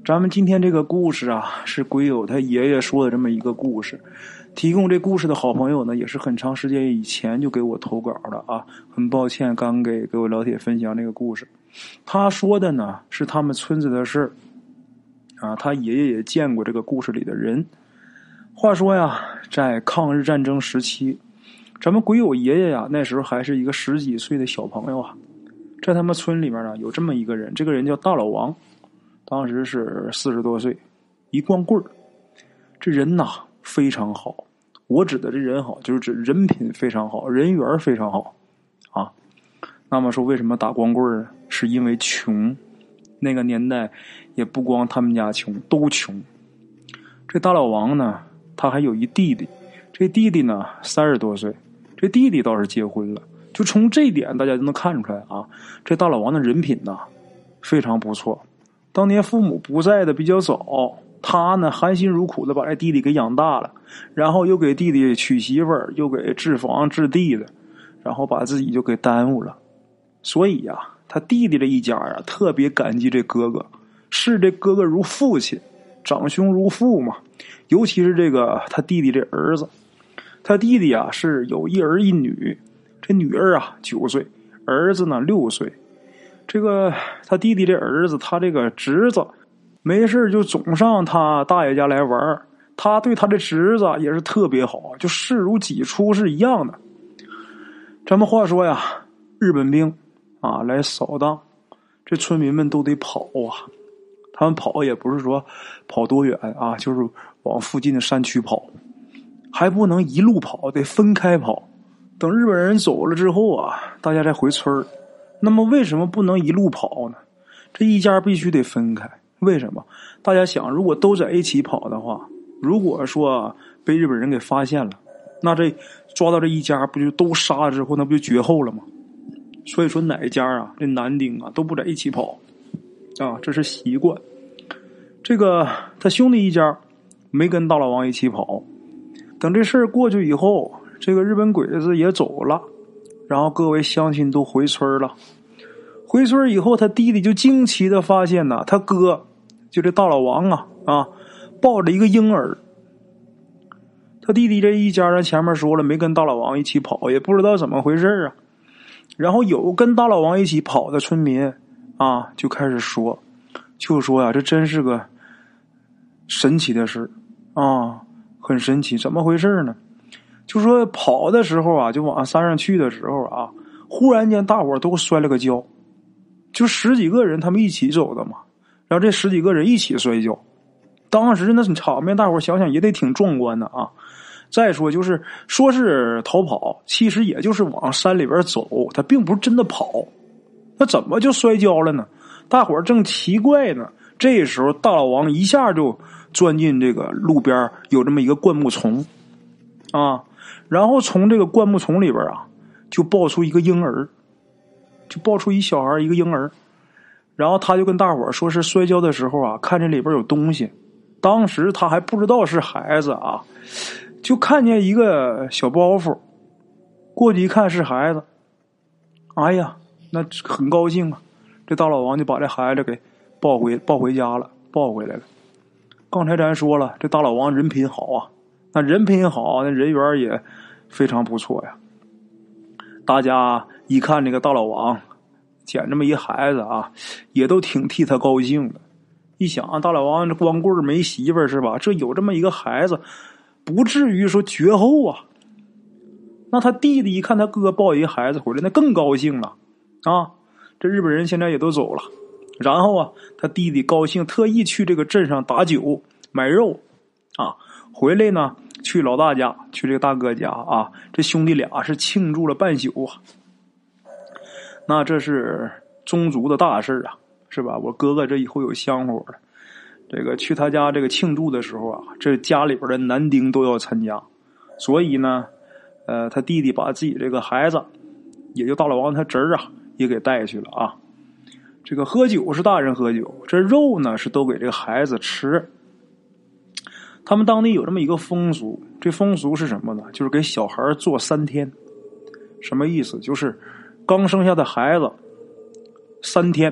咱们今天这个故事啊，是鬼友他爷爷说的这么一个故事。提供这故事的好朋友呢，也是很长时间以前就给我投稿的啊。很抱歉，刚给各位老铁分享这个故事。他说的呢，是他们村子的事儿啊。他爷爷也见过这个故事里的人。话说呀，在抗日战争时期，咱们鬼友爷爷呀，那时候还是一个10几岁的小朋友啊。在他们村里面呢，有这么一个人，这个人叫大老王。当时是40多岁，一光棍儿。这人呐非常好，我指的这人好，就是指人品非常好，人缘非常好啊。那么说为什么打光棍儿呢？是因为穷。那个年代也不光他们家穷，都穷。这大老王呢，他还有一弟弟，这弟弟呢30多岁，这弟弟倒是结婚了。就从这一点大家就能看出来啊，这大老王的人品呢非常不错。当年父母不在的比较早，他呢含辛茹苦的把这弟弟给养大了，然后又给弟弟娶媳妇儿，又给置房置地的，然后把自己就给耽误了。所以呀，他弟弟这一家呀特别感激这哥哥，视这哥哥如父亲，长兄如父嘛。尤其是这个他弟弟这儿子，他弟弟啊是有一儿一女，这女儿啊9岁，儿子呢6岁。这个他弟弟这儿子，他这个侄子没事就总上他大爷家来玩，他对他的侄子也是特别好，就视如己出是一样的。咱们话说呀，日本兵啊来扫荡，这村民们都得跑啊。他们跑也不是说跑多远啊，就是往附近的山区跑，还不能一路跑，得分开跑。等日本人走了之后啊，大家再回村儿。那么为什么不能一路跑呢？这一家必须得分开。为什么？大家想，如果都在一起跑的话，如果说被日本人给发现了，那这抓到这一家不就都杀了之后，那不就绝后了吗？所以说哪家啊，这男丁啊都不在一起跑啊，这是习惯。这个他兄弟一家没跟大老王一起跑。等这事儿过去以后，这个日本鬼子也走了，然后各位乡亲都回村了。回村以后，他弟弟就惊奇的发现呢，他哥就这大老王啊抱着一个婴儿。他弟弟这一家人前面说了没跟大老王一起跑，也不知道怎么回事啊。然后有跟大老王一起跑的村民啊就开始说，就说呀，这真是个神奇的事啊，很神奇。怎么回事呢？就说跑的时候啊，就往山上去的时候啊，忽然间大伙都摔了个跤，就10几个人他们一起走的嘛，然后这10几个人一起摔跤，当时那场面大伙想想也得挺壮观的啊。再说就是说是逃跑，其实也就是往山里边走，他并不是真的跑，那怎么就摔跤了呢？大伙正奇怪呢，这时候大老王一下就钻进这个路边有这么一个灌木丛啊，然后从这个灌木丛里边啊就抱出一个婴儿，就抱出一小孩一个婴儿。然后他就跟大伙说是摔跤的时候啊，看见里边有东西，当时他还不知道是孩子啊，就看见一个小包袱，过去一看是孩子，哎呀那很高兴啊。这大老王就把这孩子给抱回家了，抱回来了。刚才咱说了，这大老王人品好啊，那人品好，那人缘也非常不错呀。大家一看这个大老王捡这么一孩子啊，也都挺替他高兴的。一想啊，大老王这光棍没媳妇儿是吧？这有这么一个孩子，不至于说绝后啊。那他弟弟一看他哥抱一孩子回来，那更高兴了啊。这日本人现在也都走了，然后啊，他弟弟高兴，特意去这个镇上打酒买肉啊，回来呢去老大家，去这个大哥家啊，这兄弟俩是庆祝了半宿啊。那这是宗族的大事啊，是吧？我哥哥这以后有香火了，这个去他家这个庆祝的时候啊，这家里边的男丁都要参加，所以呢他弟弟把自己这个孩子，也就大老王他侄儿啊也给带去了啊。这个喝酒是大人喝酒，这肉呢是都给这个孩子吃。他们当地有这么一个风俗，这风俗是什么呢？就是给小孩做3天。什么意思？就是刚生下的孩子3天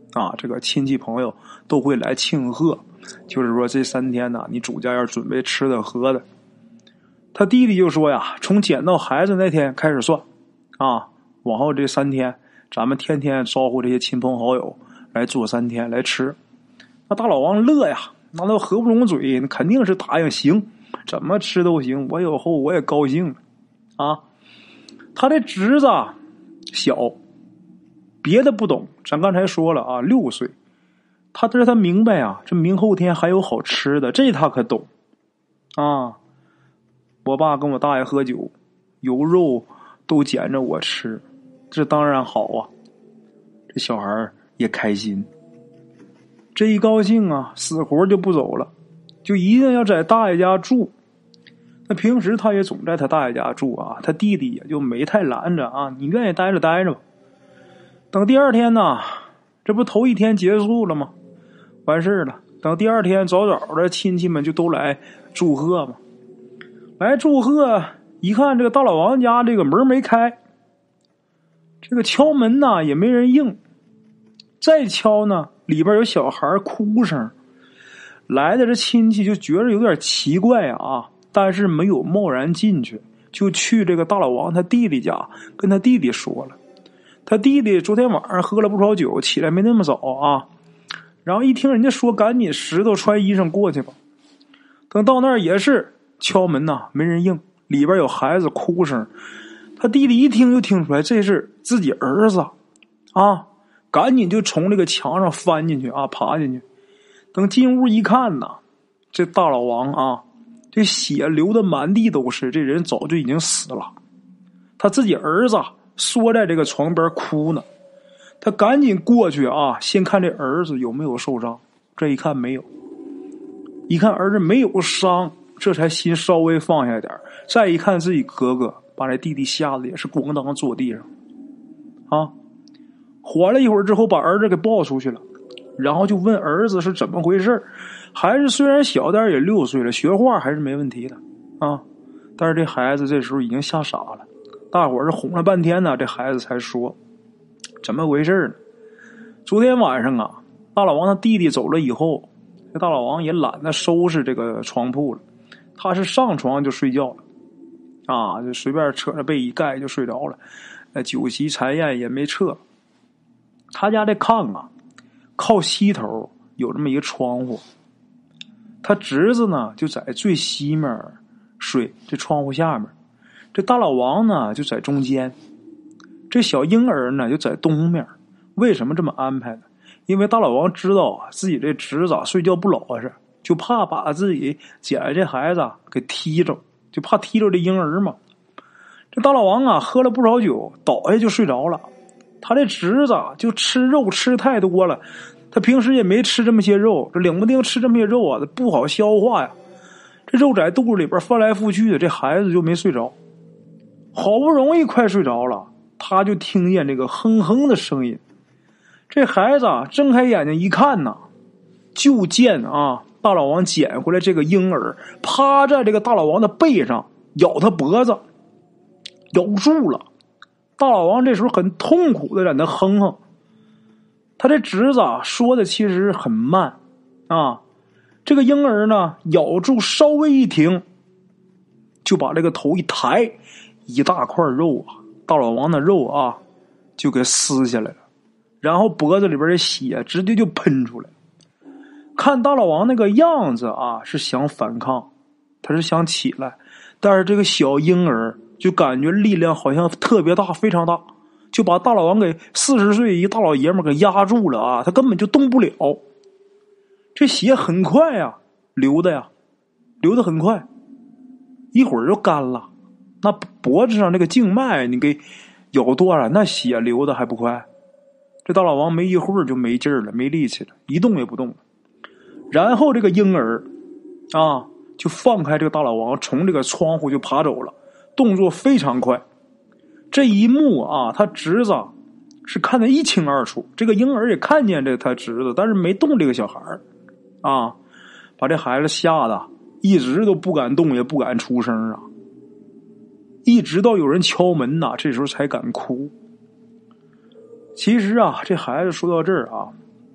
啊，这个亲戚朋友都会来庆贺，就是说这3天呢，你主家要准备吃的喝的。他弟弟就说呀，从捡到孩子那天开始算啊，往后这3天咱们天天招呼这些亲朋好友来做3天来吃。那大老王乐呀，那都合不拢嘴，那肯定是答应行，怎么吃都行，我有后我也高兴啊。他的侄子小，别的不懂，咱刚才说了啊，6岁，他明白啊，这明后天还有好吃的，这他可懂啊。我爸跟我大爷喝酒，有肉都捡着我吃，这当然好啊。这小孩也开心，这一高兴啊，死活就不走了，就一定要在大爷家住。那平时他也总在他大爷家住啊，他弟弟也就没太拦着啊，你愿意待着待着吧。等第2天呢，这不头1天结束了吗？完事了。等第2天早早的，亲戚们就都来祝贺嘛。来祝贺，一看这个大老王家这个门没开，这个敲门呢也没人应，再敲呢里边有小孩哭声。来的这亲戚就觉得有点奇怪啊，但是没有贸然进去，就去这个大老王他弟弟家跟他弟弟说了。他弟弟昨天晚上喝了不少酒，起来没那么早啊，然后一听人家说，赶紧石头穿衣裳过去吧。等到那儿也是敲门呐，没人应，里边有孩子哭声。他弟弟一听就听出来这是自己儿子啊，赶紧就从这个墙上翻进去啊，爬进去。等进屋一看呐，这大老王啊，这血流的满地都是，这人早就已经死了。他自己儿子缩在这个床边哭呢，他赶紧过去啊，先看这儿子有没有受伤。这一看没有，一看儿子没有伤，这才心稍微放下点。再一看自己哥哥，把这弟弟吓得也是咣当坐地上啊。缓了一会儿之后，把儿子给抱出去了，然后就问儿子是怎么回事。孩子虽然小，但是也6岁了，学话还是没问题的啊。但是这孩子这时候已经吓傻了，大伙儿是哄了半天呢，这孩子才说怎么回事呢？昨天晚上啊，大老王他弟弟走了以后，这大老王也懒得收拾这个床铺了，他是上床就睡觉了啊，就随便扯着被一盖就睡着了，酒席残宴也没撤。他家这炕啊，靠西头有这么一个窗户，他侄子呢就在最西面睡，这窗户下面。这大老王呢就在中间，这小婴儿呢就在东面。为什么这么安排呢？因为大老王知道啊，自己这侄子睡觉不老实，就怕把自己捡来这孩子给踢着，就怕踢着这婴儿嘛。这大老王啊喝了不少酒，倒下就睡着了。他这侄子就吃肉吃太多了，他平时也没吃这么些肉，这领不定吃这么些肉啊，不好消化呀。这肉在肚子里边翻来覆去的，这孩子就没睡着。好不容易快睡着了，他就听见这个哼哼的声音。这孩子睁开眼睛一看呐，就见啊大老王捡回来这个婴儿趴在这个大老王的背上咬他脖子，咬住了。大老王这时候很痛苦的在那哼哼。他这侄子说的其实很慢啊，这个婴儿呢咬住稍微一停，就把这个头一抬，一大块肉啊，大老王的肉啊就给撕下来了，然后脖子里边的血直接就喷出来。看大老王那个样子啊，是想反抗，他是想起来，但是这个小婴儿就感觉力量好像特别大，非常大，就把大老王给40岁一大老爷们给压住了啊，他根本就动不了。这血很快啊流的很快，一会儿就干了。那脖子上这个静脉你给咬断了，那血流的还不快。这大老王没一会儿就没劲儿了，没力气了，一动也不动了。然后这个婴儿啊就放开这个大老王，从这个窗户就爬走了，动作非常快。这一幕啊，他侄子是看得一清二楚，这个婴儿也看见这他侄子，但是没动这个小孩啊，把这孩子吓得一直都不敢动，也不敢出声啊。一直到有人敲门呐，这时候才敢哭。其实啊，这孩子说到这儿啊，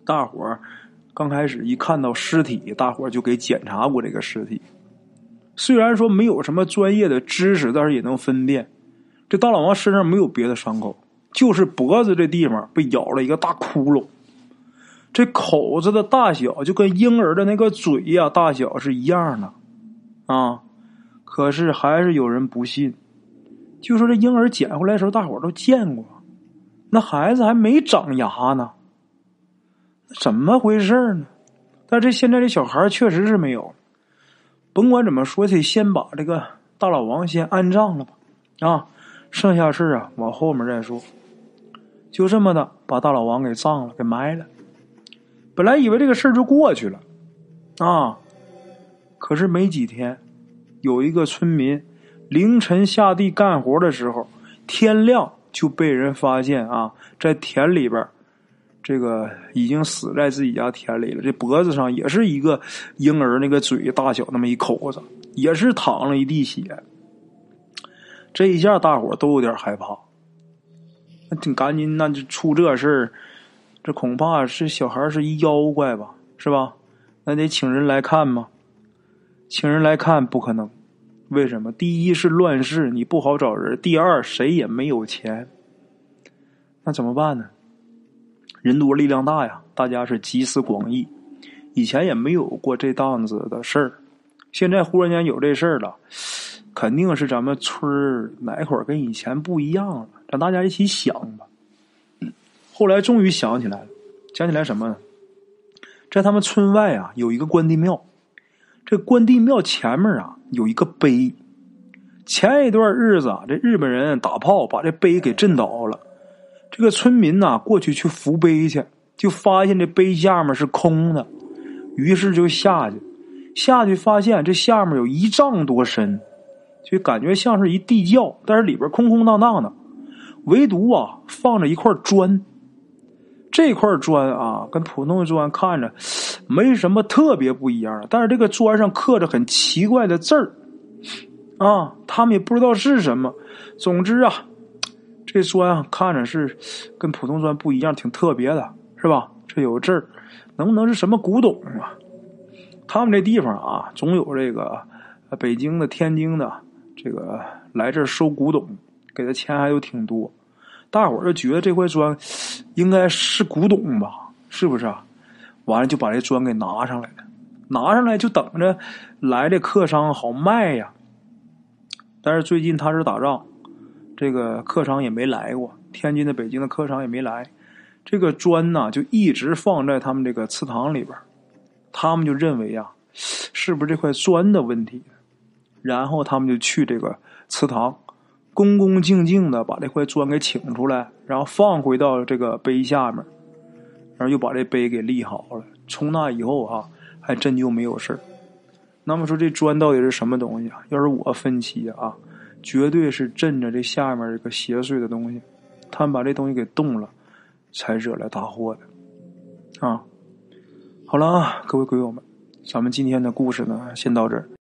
大伙儿刚开始一看到尸体，大伙儿就给检查过这个尸体。虽然说没有什么专业的知识，但是也能分辨，这大老王身上没有别的伤口，就是脖子这地方被咬了一个大窟窿，这口子的大小就跟婴儿的那个嘴呀大小是一样的啊。可是还是有人不信，就说这婴儿捡回来的时候大伙儿都见过，那孩子还没长牙呢，怎么回事呢？但这现在这小孩确实是没有。甭管怎么说，得先把这个大老王先安葬了吧，啊，剩下事啊往后面再说。就这么的把大老王给葬了，给埋了。本来以为这个事儿就过去了啊，可是没几天，有一个村民凌晨下地干活的时候，天亮就被人发现啊，在田里边这个已经死在自己家田里了，这脖子上也是一个婴儿那个嘴大小那么一口子，也是淌了一地血。这一下大伙都有点害怕，那挺赶紧，那就出这事儿，这恐怕是小孩是一妖怪吧，是吧？那得请人来看吗？请人来看不可能，为什么？第一是乱世，你不好找人；第二，谁也没有钱。那怎么办呢？人多力量大呀，大家是集思广益。以前也没有过这档子的事儿，现在忽然间有这事儿了，肯定是咱们村儿哪块儿跟以前不一样了，让大家一起想吧。后来终于想起来了，想起来什么呢？在他们村外啊有一个关帝庙，这关帝庙前面啊有一个碑。前一段日子啊，这日本人打炮把这碑给震倒了。这个村民呐过去扶碑去，就发现这碑下面是空的，于是就下去发现这下面有1丈多深，就感觉像是一地窖，但是里边空空荡荡的，唯独啊放着一块砖。这块砖啊跟普通的砖看着没什么特别不一样的，但是这个砖上刻着很奇怪的字儿啊，他们也不知道是什么。总之啊，这砖啊看着是跟普通砖不一样，挺特别的，是吧？这有字儿，能不能是什么古董啊？他们这地方啊，总有这个北京的、天津的，这个来这儿收古董，给的钱还有挺多。大伙儿就觉得这块砖应该是古董吧，是不是啊？完了就把这砖给拿上来了，拿上来就等着来这客商好卖呀。但是最近他是打仗，这个客商也没来过，天津的、北京的客商也没来，这个砖呢就一直放在他们这个祠堂里边。他们就认为啊，是不是这块砖的问题？然后他们就去这个祠堂，恭恭敬敬的把这块砖给请出来，然后放回到这个碑下面，然后又把这碑给立好了。从那以后啊，还真就没有事儿。那么说这砖到底是什么东西啊？要是我分析啊，绝对是镇着这下面这个邪祟的东西，他们把这东西给动了，才惹来大祸的啊。好了啊，各位鬼友们，咱们今天的故事呢，先到这儿。